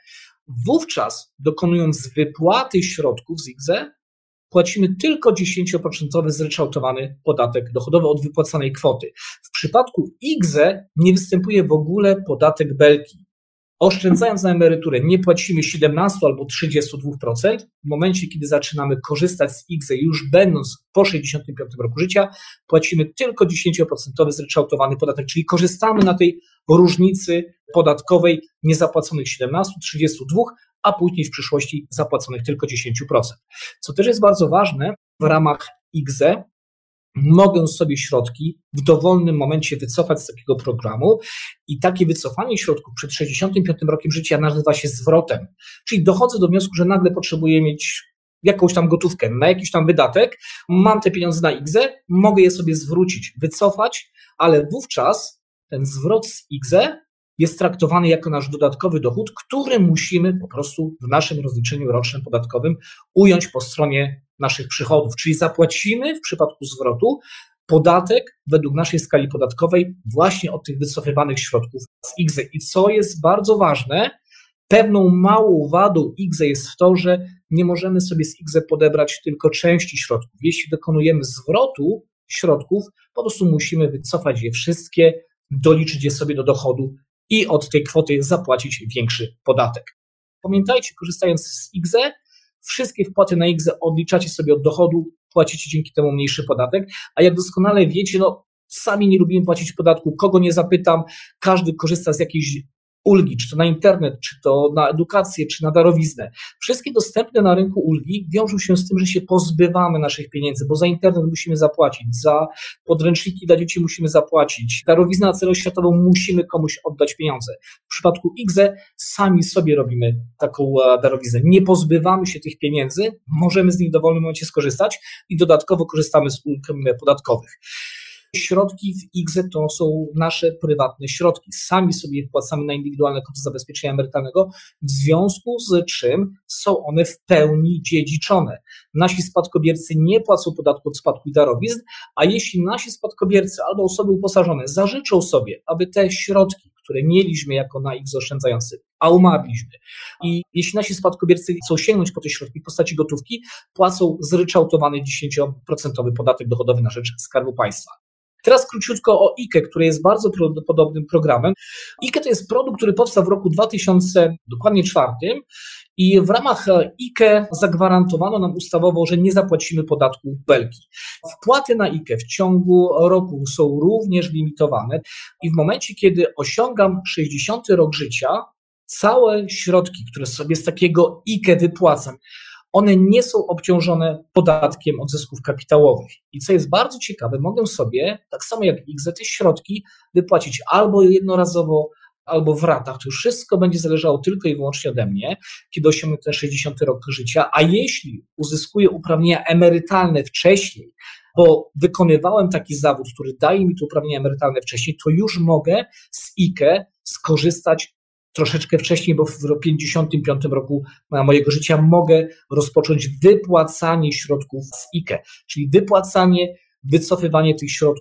wówczas dokonując wypłaty środków z IKZE, płacimy tylko 10% zryczałtowany podatek dochodowy od wypłacanej kwoty. W przypadku IKZE nie występuje w ogóle podatek belki. Oszczędzając na emeryturę nie płacimy 17 albo 32%. W momencie, kiedy zaczynamy korzystać z IKZE, już będąc po 65 roku życia, płacimy tylko 10% zryczałtowany podatek, czyli korzystamy na tej różnicy podatkowej niezapłaconych 17, 32, a później w przyszłości zapłaconych tylko 10%. Co też jest bardzo ważne, w ramach IKZE mogę sobie środki w dowolnym momencie wycofać z takiego programu i takie wycofanie środków przed 65 rokiem życia nazywa się zwrotem. Czyli dochodzę do wniosku, że nagle potrzebuję mieć jakąś tam gotówkę na jakiś tam wydatek, mam te pieniądze na IKZE, mogę je sobie zwrócić, wycofać, ale wówczas ten zwrot z IKZE jest traktowany jako nasz dodatkowy dochód, który musimy po prostu w naszym rozliczeniu rocznym podatkowym ująć po stronie naszych przychodów, czyli zapłacimy w przypadku zwrotu podatek według naszej skali podatkowej właśnie od tych wycofywanych środków z IKZE. I co jest bardzo ważne, pewną małą wadą IKZE jest to, że nie możemy sobie z IKZE podebrać tylko części środków. Jeśli dokonujemy zwrotu środków, po prostu musimy wycofać je wszystkie, doliczyć je sobie do dochodu i od tej kwoty zapłacić większy podatek. Pamiętajcie, korzystając z IKZE, wszystkie wpłaty na IKZE odliczacie sobie od dochodu, płacicie dzięki temu mniejszy podatek, a jak doskonale wiecie, sami nie lubimy płacić podatku, kogo nie zapytam, każdy korzysta z jakiejś ulgi, czy to na internet, czy to na edukację, czy na darowiznę. Wszystkie dostępne na rynku ulgi wiążą się z tym, że się pozbywamy naszych pieniędzy, bo za internet musimy zapłacić, za podręczniki dla dzieci musimy zapłacić, darowizna na cel oświatowy musimy komuś oddać pieniądze. W przypadku IKZE sami sobie robimy taką darowiznę. Nie pozbywamy się tych pieniędzy, możemy z nich w dowolnym momencie skorzystać i dodatkowo korzystamy z ulg podatkowych. Środki w IKZE to są nasze prywatne środki. Sami sobie wpłacamy na indywidualne konto zabezpieczenia emerytalnego, w związku z czym są one w pełni dziedziczone. Nasi spadkobiercy nie płacą podatku od spadku i darowizn, a jeśli nasi spadkobiercy albo osoby uposażone zażyczą sobie, aby te środki, które mieliśmy jako na IKZE oszczędzający, a umarliśmy, i jeśli nasi spadkobiercy chcą sięgnąć po te środki w postaci gotówki, płacą zryczałtowany 10% podatek dochodowy na rzecz Skarbu Państwa. Teraz króciutko o IKE, który jest bardzo podobnym programem. IKE to jest produkt, który powstał w roku 2004 i w ramach IKE zagwarantowano nam ustawowo, że nie zapłacimy podatku belki. Wpłaty na IKE w ciągu roku są również limitowane i w momencie, kiedy osiągam 60 rok życia, całe środki, które sobie z takiego IKE wypłacam, one nie są obciążone podatkiem od zysków kapitałowych. I co jest bardzo ciekawe, mogę sobie, tak samo jak IKZE, te środki wypłacić albo jednorazowo, albo w ratach. To już wszystko będzie zależało tylko i wyłącznie ode mnie, kiedy osiągnę ten 60 rok życia, a jeśli uzyskuję uprawnienia emerytalne wcześniej, bo wykonywałem taki zawód, który daje mi te uprawnienia emerytalne wcześniej, to już mogę z IKE skorzystać troszeczkę wcześniej, bo w 55 roku mojego życia mogę rozpocząć wypłacanie środków z IKE, czyli wypłacanie, wycofywanie tych środków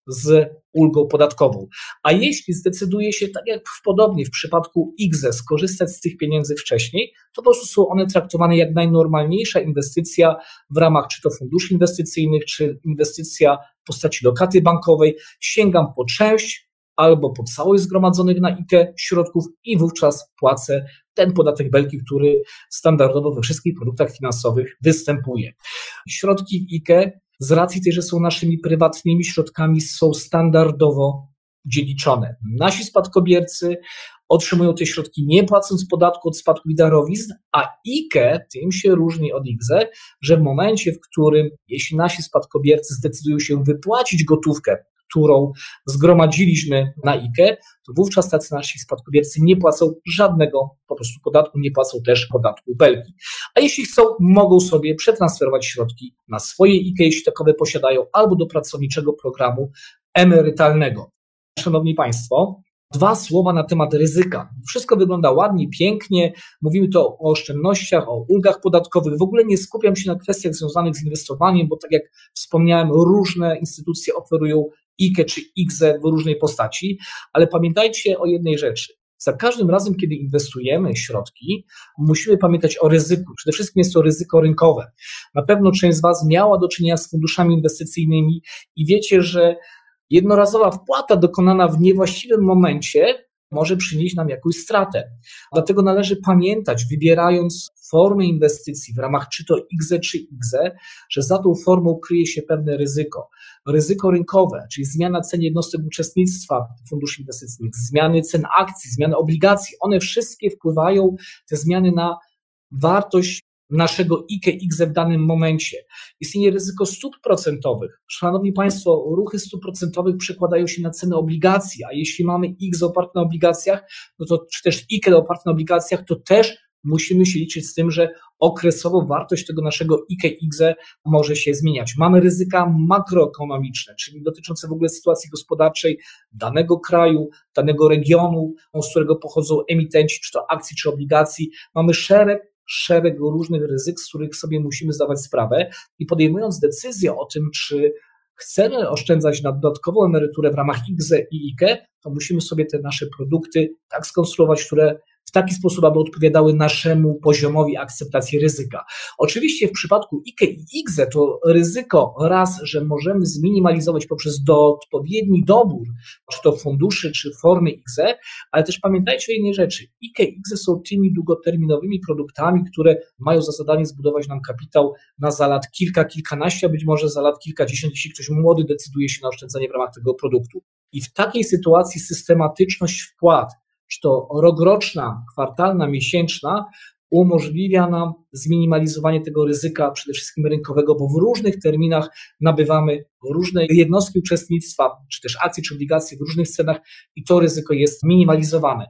z ulgą podatkową. A jeśli zdecyduje się, tak jak podobnie w przypadku IKZE, skorzystać z tych pieniędzy wcześniej, to po prostu są one traktowane jak najnormalniejsza inwestycja w ramach czy to funduszy inwestycyjnych, czy inwestycja w postaci lokaty bankowej. Sięgam po część albo po całość zgromadzonych na IKE środków i wówczas płacę ten podatek belki, który standardowo we wszystkich produktach finansowych występuje. Środki w IKE z racji tej, że są naszymi prywatnymi środkami, są standardowo dziedziczone. Nasi spadkobiercy otrzymują te środki nie płacąc podatku od spadków i darowizn, a IKE tym się różni od IKZE, że w momencie, w którym jeśli nasi spadkobiercy zdecydują się wypłacić gotówkę, którą zgromadziliśmy na IKE, to wówczas tacy nasi spadkobiercy nie płacą żadnego po prostu podatku, nie płacą też podatku belki. A jeśli chcą, mogą sobie przetransferować środki na swoje IKE, jeśli takowe posiadają, albo do pracowniczego programu emerytalnego. Szanowni Państwo, 2 słowa na temat ryzyka. Wszystko wygląda ładnie, pięknie, mówimy to o oszczędnościach, o ulgach podatkowych. W ogóle nie skupiam się na kwestiach związanych z inwestowaniem, bo tak jak wspomniałem, różne instytucje oferują IKE czy IKZE w różnej postaci, ale pamiętajcie o jednej rzeczy. Za każdym razem, kiedy inwestujemy środki, musimy pamiętać o ryzyku. Przede wszystkim jest to ryzyko rynkowe. Na pewno część z Was miała do czynienia z funduszami inwestycyjnymi i wiecie, że jednorazowa wpłata dokonana w niewłaściwym momencie może przynieść nam jakąś stratę. Dlatego należy pamiętać, wybierając formę inwestycji w ramach czy to IKZE czy IKZE, że za tą formą kryje się pewne ryzyko. Ryzyko rynkowe, czyli zmiana cen jednostek uczestnictwa funduszy inwestycyjnych, zmiany cen akcji, zmiany obligacji, one wszystkie wpływają, te zmiany, na wartość naszego IKE, IKZE w danym momencie. Istnieje ryzyko stóp procentowych. Szanowni Państwo, ruchy stóp procentowych przekładają się na cenę obligacji, a jeśli mamy IKZE oparte na obligacjach, no to czy też IKE oparte na obligacjach, to też musimy się liczyć z tym, że okresowo wartość tego naszego IKE, IKZE może się zmieniać. Mamy ryzyka makroekonomiczne, czyli dotyczące w ogóle sytuacji gospodarczej danego kraju, danego regionu, z którego pochodzą emitenci, czy to akcji, czy obligacji. Mamy szereg różnych ryzyk, z których sobie musimy zdawać sprawę i podejmując decyzję o tym, czy chcemy oszczędzać na dodatkową emeryturę w ramach IKZE i IKE, to musimy sobie te nasze produkty tak skonstruować, które w taki sposób, aby odpowiadały naszemu poziomowi akceptacji ryzyka. Oczywiście w przypadku IKE i IKZE to ryzyko raz, że możemy zminimalizować poprzez odpowiedni dobór, czy to funduszy, czy formy IKZE, ale też pamiętajcie o jednej rzeczy. IKE i IKZE są tymi długoterminowymi produktami, które mają za zadanie zbudować nam kapitał na za lat kilkanaście, a być może za lat kilkadziesiąt, jeśli ktoś młody decyduje się na oszczędzanie w ramach tego produktu. I w takiej sytuacji systematyczność wpłat, czy to rokroczna, kwartalna, miesięczna, umożliwia nam zminimalizowanie tego ryzyka przede wszystkim rynkowego, bo w różnych terminach nabywamy różne jednostki uczestnictwa, czy też akcje, czy obligacje w różnych cenach i to ryzyko jest minimalizowane.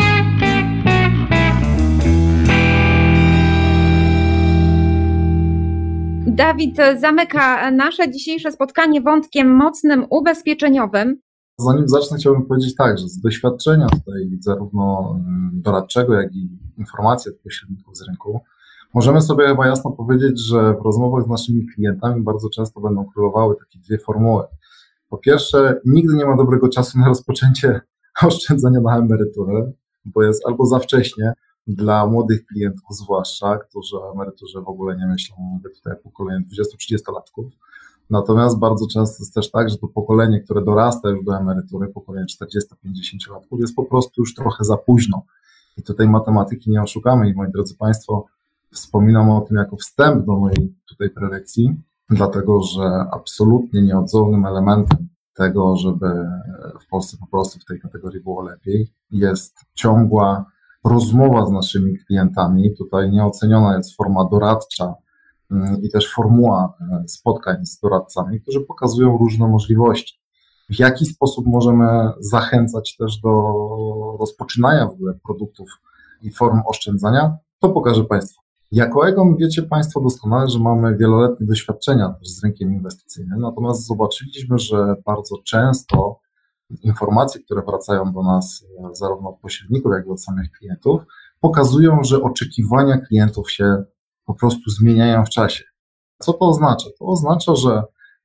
Dawid zamyka nasze dzisiejsze spotkanie wątkiem mocnym ubezpieczeniowym. Zanim zacznę, chciałbym powiedzieć tak, że z doświadczenia tutaj zarówno doradczego, jak i informacji od pośredników z rynku, możemy sobie chyba jasno powiedzieć, że w rozmowach z naszymi klientami bardzo często będą królowały takie 2 formuły. Po pierwsze, nigdy nie ma dobrego czasu na rozpoczęcie oszczędzania na emeryturę, bo jest albo za wcześnie dla młodych klientów zwłaszcza, którzy o emeryturze w ogóle nie myślą, mówię tutaj o pokoleniu 20-30-latków. Natomiast bardzo często jest też tak, że to pokolenie, które dorasta już do emerytury, pokolenie 40-50-latków, jest po prostu już trochę za późno. I tutaj matematyki nie oszukamy i moi drodzy Państwo, wspominam o tym jako wstęp do mojej tutaj prelekcji, dlatego że absolutnie nieodzownym elementem tego, żeby w Polsce po prostu w tej kategorii było lepiej, jest ciągła rozmowa z naszymi klientami. Tutaj nieoceniona jest forma doradcza i też formuła spotkań z doradcami, którzy pokazują różne możliwości. W jaki sposób możemy zachęcać też do rozpoczynania w ogóle produktów i form oszczędzania, to pokażę Państwu. Jako Egon wiecie Państwo doskonale, że mamy wieloletnie doświadczenia też z rynkiem inwestycyjnym, natomiast zobaczyliśmy, że bardzo często informacje, które wracają do nas zarówno od pośredników, jak i od samych klientów, pokazują, że oczekiwania klientów się po prostu zmieniają w czasie. Co to oznacza? To oznacza, że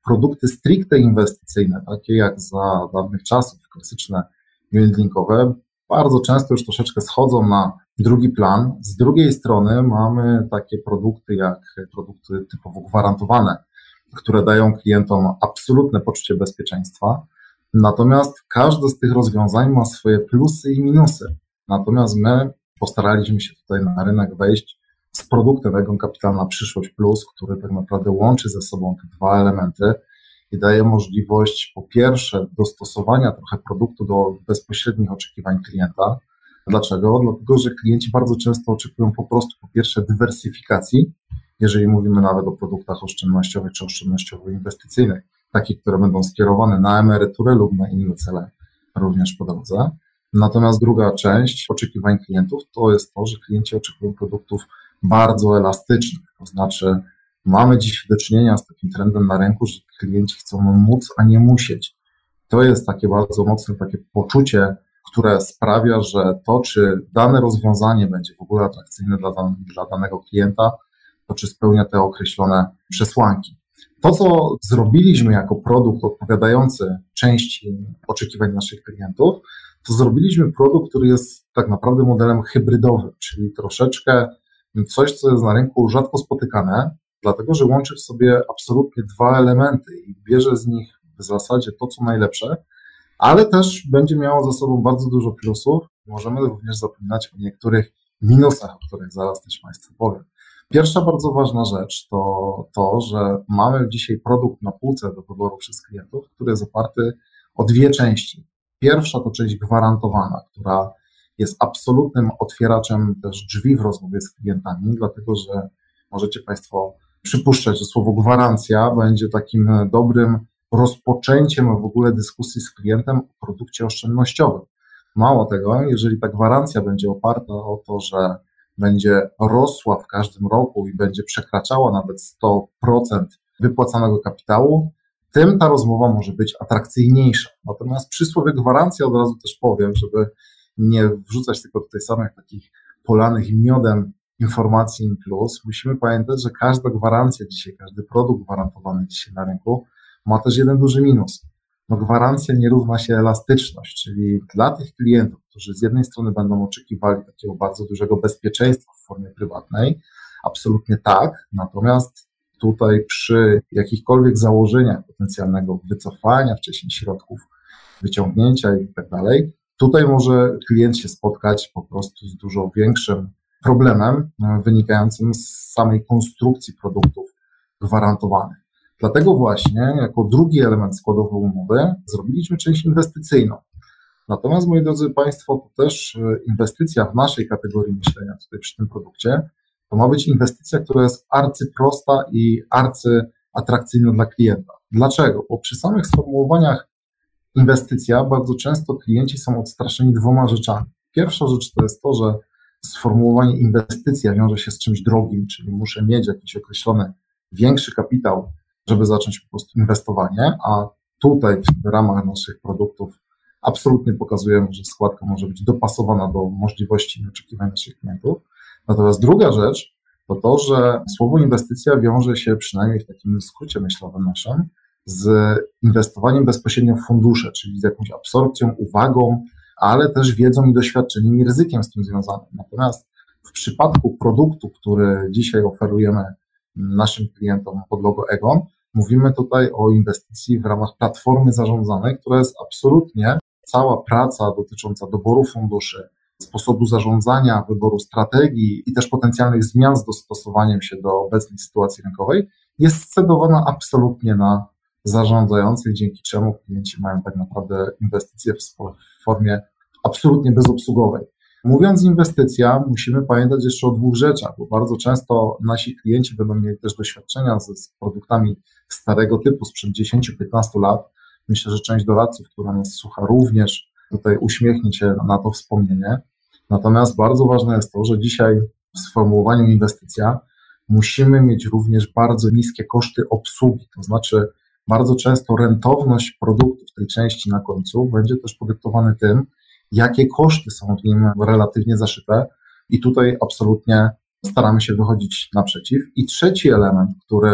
produkty stricte inwestycyjne, takie jak za dawnych czasów klasyczne unit-linkowe, bardzo często już troszeczkę schodzą na drugi plan. Z drugiej strony mamy takie produkty jak produkty typowo gwarantowane, które dają klientom absolutne poczucie bezpieczeństwa. Natomiast każde z tych rozwiązań ma swoje plusy i minusy. Natomiast my postaraliśmy się tutaj na rynek wejść z produktem Egon Capital na przyszłość plus, który tak naprawdę łączy ze sobą te dwa elementy i daje możliwość po pierwsze dostosowania trochę produktu do bezpośrednich oczekiwań klienta. Dlaczego? Dlatego, że klienci bardzo często oczekują po prostu po pierwsze dywersyfikacji, jeżeli mówimy nawet o produktach oszczędnościowych czy oszczędnościowo-inwestycyjnych, takich, które będą skierowane na emeryturę lub na inne cele również po drodze. Natomiast druga część oczekiwań klientów to jest to, że klienci oczekują produktów bardzo elastycznych, to znaczy mamy dziś do czynienia z takim trendem na rynku, że klienci chcą móc, a nie musieć. To jest takie bardzo mocne takie poczucie, które sprawia, że to, czy dane rozwiązanie będzie w ogóle atrakcyjne dla danego klienta, to czy spełnia te określone przesłanki. To, co zrobiliśmy jako produkt odpowiadający części oczekiwań naszych klientów, to zrobiliśmy produkt, który jest tak naprawdę modelem hybrydowym, czyli troszeczkę coś, co jest na rynku rzadko spotykane, dlatego że łączy w sobie absolutnie dwa elementy i bierze z nich w zasadzie to, co najlepsze, ale też będzie miało za sobą bardzo dużo plusów. Możemy również zapominać o niektórych minusach, o których zaraz też Państwu powiem. Pierwsza bardzo ważna rzecz to, że mamy dzisiaj produkt na półce do wyboru przez klientów, który jest oparty o dwie części. Pierwsza to część gwarantowana, która jest absolutnym otwieraczem też drzwi w rozmowie z klientami, dlatego że możecie Państwo przypuszczać, że słowo gwarancja będzie takim dobrym rozpoczęciem w ogóle dyskusji z klientem o produkcie oszczędnościowym. Mało tego, jeżeli ta gwarancja będzie oparta o to, że będzie rosła w każdym roku i będzie przekraczała nawet 100% wypłacanego kapitału, tym ta rozmowa może być atrakcyjniejsza. Natomiast przy słowie gwarancja od razu też powiem, żeby nie wrzucać tylko tutaj samych takich polanych miodem informacji in plus, musimy pamiętać, że każda gwarancja dzisiaj, każdy produkt gwarantowany dzisiaj na rynku ma też jeden duży minus. No gwarancja nie równa się elastyczność, czyli dla tych klientów, którzy z jednej strony będą oczekiwali takiego bardzo dużego bezpieczeństwa w formie prywatnej, absolutnie tak, natomiast tutaj przy jakichkolwiek założeniach potencjalnego wycofania wcześniej środków, wyciągnięcia i tak dalej, tutaj może klient się spotkać po prostu z dużo większym problemem wynikającym z samej konstrukcji produktów gwarantowanych. Dlatego właśnie jako drugi element składowy umowy zrobiliśmy część inwestycyjną. Natomiast, moi drodzy Państwo, to też inwestycja w naszej kategorii myślenia tutaj przy tym produkcie, to ma być inwestycja, która jest arcyprosta i arcyatrakcyjna dla klienta. Dlaczego? Bo przy samych sformułowaniach inwestycja bardzo często klienci są odstraszeni dwoma rzeczami. Pierwsza rzecz to jest to, że sformułowanie inwestycja wiąże się z czymś drogim, czyli muszę mieć jakiś określony większy kapitał, żeby zacząć po prostu inwestowanie, a tutaj w ramach naszych produktów absolutnie pokazujemy, że składka może być dopasowana do możliwości i oczekiwań naszych klientów. Natomiast druga rzecz to to, że słowo inwestycja wiąże się przynajmniej w takim skrócie myślowym naszym z inwestowaniem bezpośrednio w fundusze, czyli z jakąś absorpcją, uwagą, ale też wiedzą i doświadczeniem i ryzykiem z tym związanym. Natomiast w przypadku produktu, który dzisiaj oferujemy naszym klientom pod logo Egon, mówimy tutaj o inwestycji w ramach platformy zarządzanej, która jest absolutnie cała praca dotycząca doboru funduszy, sposobu zarządzania, wyboru strategii i też potencjalnych zmian z dostosowaniem się do obecnej sytuacji rynkowej jest scedowana absolutnie na zarządzających, dzięki czemu klienci mają tak naprawdę inwestycje w formie absolutnie bezobsługowej. Mówiąc inwestycja, musimy pamiętać jeszcze o dwóch rzeczach, bo bardzo często nasi klienci będą mieli też doświadczenia z produktami starego typu sprzed 10-15 lat. Myślę, że część doradców, która nas słucha, również tutaj uśmiechnie się na to wspomnienie. Natomiast bardzo ważne jest to, że dzisiaj w sformułowaniu inwestycja musimy mieć również bardzo niskie koszty obsługi, to znaczy bardzo często rentowność produktu w tej części na końcu będzie też podyktowane tym, jakie koszty są w nim relatywnie zaszyte i tutaj absolutnie staramy się wychodzić naprzeciw. I trzeci element, który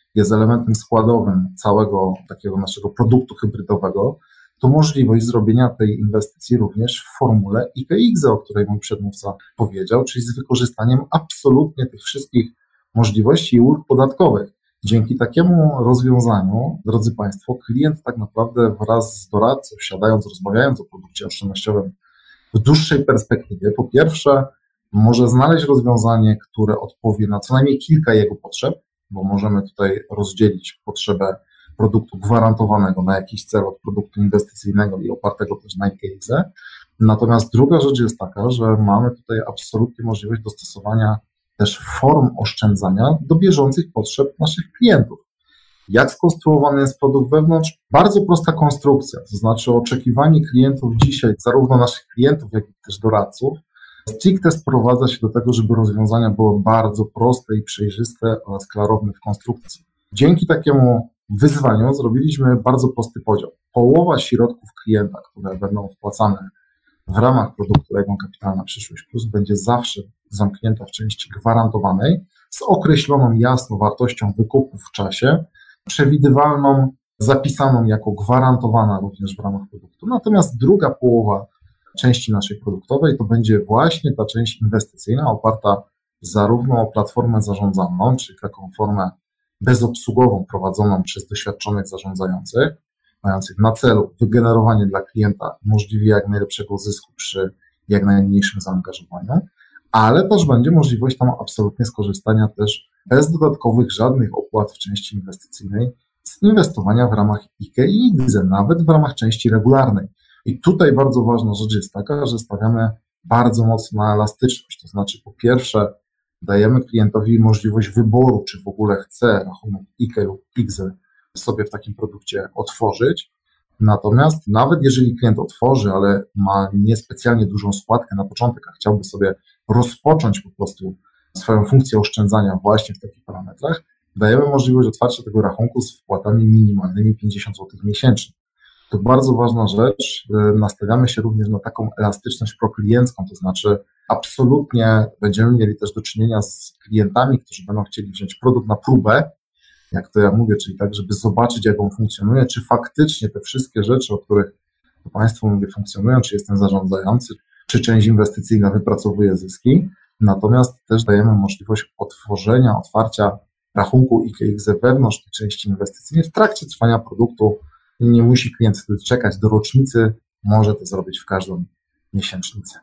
jest elementem składowym całego takiego naszego produktu hybrydowego, to możliwość zrobienia tej inwestycji również w formule IKE, o której mój przedmówca powiedział, czyli z wykorzystaniem absolutnie tych wszystkich możliwości i ulg podatkowych. Dzięki takiemu rozwiązaniu, drodzy Państwo, klient tak naprawdę wraz z doradcą, siadając, rozmawiając o produkcie oszczędnościowym w dłuższej perspektywie, po pierwsze może znaleźć rozwiązanie, które odpowie na co najmniej kilka jego potrzeb, bo możemy tutaj rozdzielić potrzebę produktu gwarantowanego na jakiś cel od produktu inwestycyjnego i opartego też na IKE. Natomiast druga rzecz jest taka, że mamy tutaj absolutnie możliwość dostosowania też form oszczędzania do bieżących potrzeb naszych klientów. Jak skonstruowany jest produkt wewnątrz? Bardzo prosta konstrukcja, to znaczy oczekiwanie klientów dzisiaj, zarówno naszych klientów, jak i też doradców, stricte sprowadza się do tego, żeby rozwiązania były bardzo proste i przejrzyste oraz klarowne w konstrukcji. Dzięki takiemu wyzwaniu zrobiliśmy bardzo prosty podział. Połowa środków klienta, które będą wpłacane w ramach produktu Region Kapitalna Przyszłość Plus, będzie zawsze zamknięta w części gwarantowanej z określoną jasno wartością wykupu w czasie, przewidywalną, zapisaną jako gwarantowana również w ramach produktu. Natomiast druga połowa części naszej produktowej to będzie właśnie ta część inwestycyjna oparta zarówno o platformę zarządzaną, czyli taką formę bezobsługową prowadzoną przez doświadczonych zarządzających, mających na celu wygenerowanie dla klienta możliwie jak najlepszego zysku przy jak najmniejszym zaangażowaniu, ale też będzie możliwość tam absolutnie skorzystania też bez dodatkowych żadnych opłat w części inwestycyjnej z inwestowania w ramach IKE i IGZE, nawet w ramach części regularnej. I tutaj bardzo ważna rzecz jest taka, że stawiamy bardzo mocno na elastyczność, to znaczy po pierwsze dajemy klientowi możliwość wyboru, czy w ogóle chce rachunek IKE lub IGZE sobie w takim produkcie otworzyć. Natomiast nawet jeżeli klient otworzy, ale ma niespecjalnie dużą składkę na początek, a chciałby sobie rozpocząć po prostu swoją funkcję oszczędzania właśnie w takich parametrach, dajemy możliwość otwarcia tego rachunku z wpłatami minimalnymi 50 zł miesięcznie. To bardzo ważna rzecz. Nastawiamy się również na taką elastyczność prokliencką, to znaczy absolutnie będziemy mieli też do czynienia z klientami, którzy będą chcieli wziąć produkt na próbę, jak to ja mówię, czyli tak, żeby zobaczyć, jak on funkcjonuje, czy faktycznie te wszystkie rzeczy, o których Państwu mówię, funkcjonują, czy jestem zarządzający, czy część inwestycyjna wypracowuje zyski. Natomiast też dajemy możliwość otwarcia rachunku IKE wewnątrz tej części inwestycyjnej w trakcie trwania produktu. Nie musi klient czekać do rocznicy, może to zrobić w każdą miesięcznicę.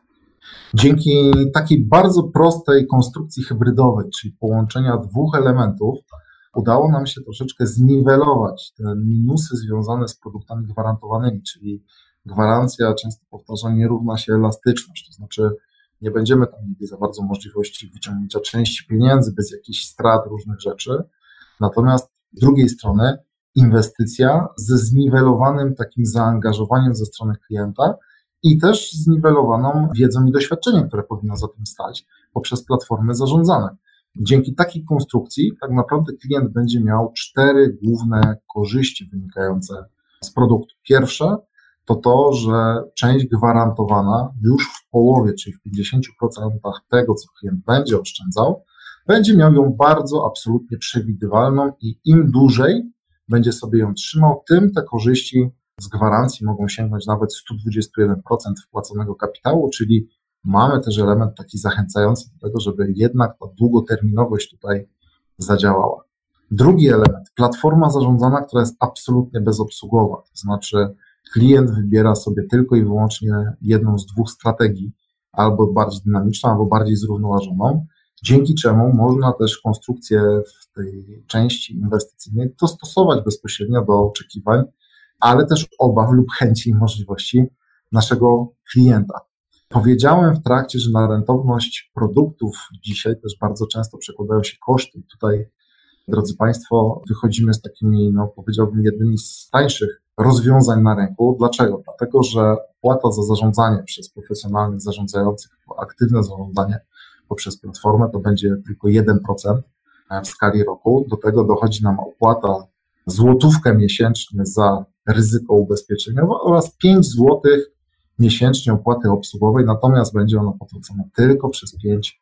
Dzięki takiej bardzo prostej konstrukcji hybrydowej, czyli połączenia dwóch elementów, udało nam się troszeczkę zniwelować te minusy związane z produktami gwarantowanymi, czyli gwarancja, często powtarzam, nie równa się elastyczność, to znaczy nie będziemy tam mieli za bardzo możliwości wyciągnięcia części pieniędzy bez jakichś strat różnych rzeczy, natomiast z drugiej strony inwestycja ze zniwelowanym takim zaangażowaniem ze strony klienta i też zniwelowaną wiedzą i doświadczeniem, które powinno za tym stać poprzez platformy zarządzane. Dzięki takiej konstrukcji tak naprawdę klient będzie miał 4 główne korzyści wynikające z produktu. Pierwsze to, że część gwarantowana już w połowie, czyli w 50% tego, co klient będzie oszczędzał, będzie miał ją bardzo absolutnie przewidywalną i im dłużej będzie sobie ją trzymał, tym te korzyści z gwarancji mogą sięgnąć nawet 121% wpłaconego kapitału, czyli mamy też element taki zachęcający do tego, żeby jednak ta długoterminowość tutaj zadziałała. Drugi element, platforma zarządzana, która jest absolutnie bezobsługowa, to znaczy klient wybiera sobie tylko i wyłącznie jedną z dwóch strategii, albo bardziej dynamiczną, albo bardziej zrównoważoną, dzięki czemu można też konstrukcję w tej części inwestycyjnej dostosować bezpośrednio do oczekiwań, ale też obaw lub chęci i możliwości naszego klienta. Powiedziałem w trakcie, że na rentowność produktów dzisiaj też bardzo często przekładają się koszty. Tutaj, drodzy Państwo, wychodzimy z takimi, powiedziałbym, jednymi z tańszych rozwiązań na rynku. Dlaczego? Dlatego, że opłata za zarządzanie przez profesjonalnych zarządzających, aktywne zarządzanie poprzez platformę to będzie tylko 1% w skali roku. Do tego dochodzi nam opłata złotówkę miesięcznie za ryzyko ubezpieczeniowe oraz 5 zł miesięcznie opłaty obsługowej, natomiast będzie ona potrącona tylko przez 5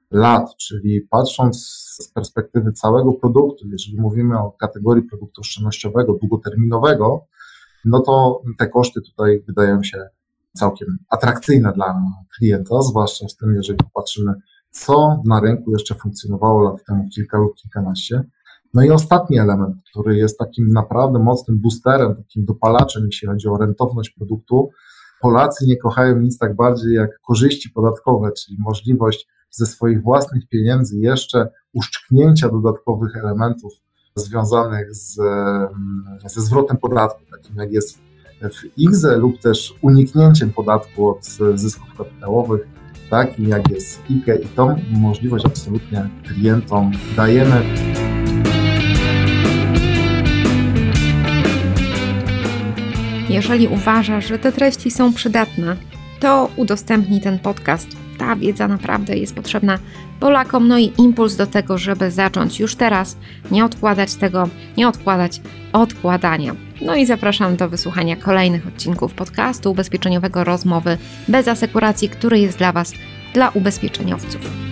lat, czyli patrząc z perspektywy całego produktu, jeżeli mówimy o kategorii produktu oszczędnościowego, długoterminowego, no to te koszty tutaj wydają się całkiem atrakcyjne dla klienta, zwłaszcza z tym, jeżeli popatrzymy, co na rynku jeszcze funkcjonowało lat temu kilka lub kilkanaście. No i ostatni element, który jest takim naprawdę mocnym boosterem, takim dopalaczem, jeśli chodzi o rentowność produktu. Polacy nie kochają nic tak bardziej jak korzyści podatkowe, czyli możliwość ze swoich własnych pieniędzy jeszcze uszczknięcia dodatkowych elementów związanych ze zwrotem podatku, takim jak jest w IKZE lub też uniknięciem podatku od zysków kapitałowych, takim jak jest IKE, i tą możliwość absolutnie klientom dajemy. Jeżeli uważasz, że te treści są przydatne, to udostępnij ten podcast. Ta wiedza naprawdę jest potrzebna Polakom, no i impuls do tego, żeby zacząć już teraz, nie odkładać tego, nie odkładać odkładania. No i zapraszam do wysłuchania kolejnych odcinków podcastu ubezpieczeniowego Rozmowy bez asekuracji, który jest dla Was, dla ubezpieczeniowców.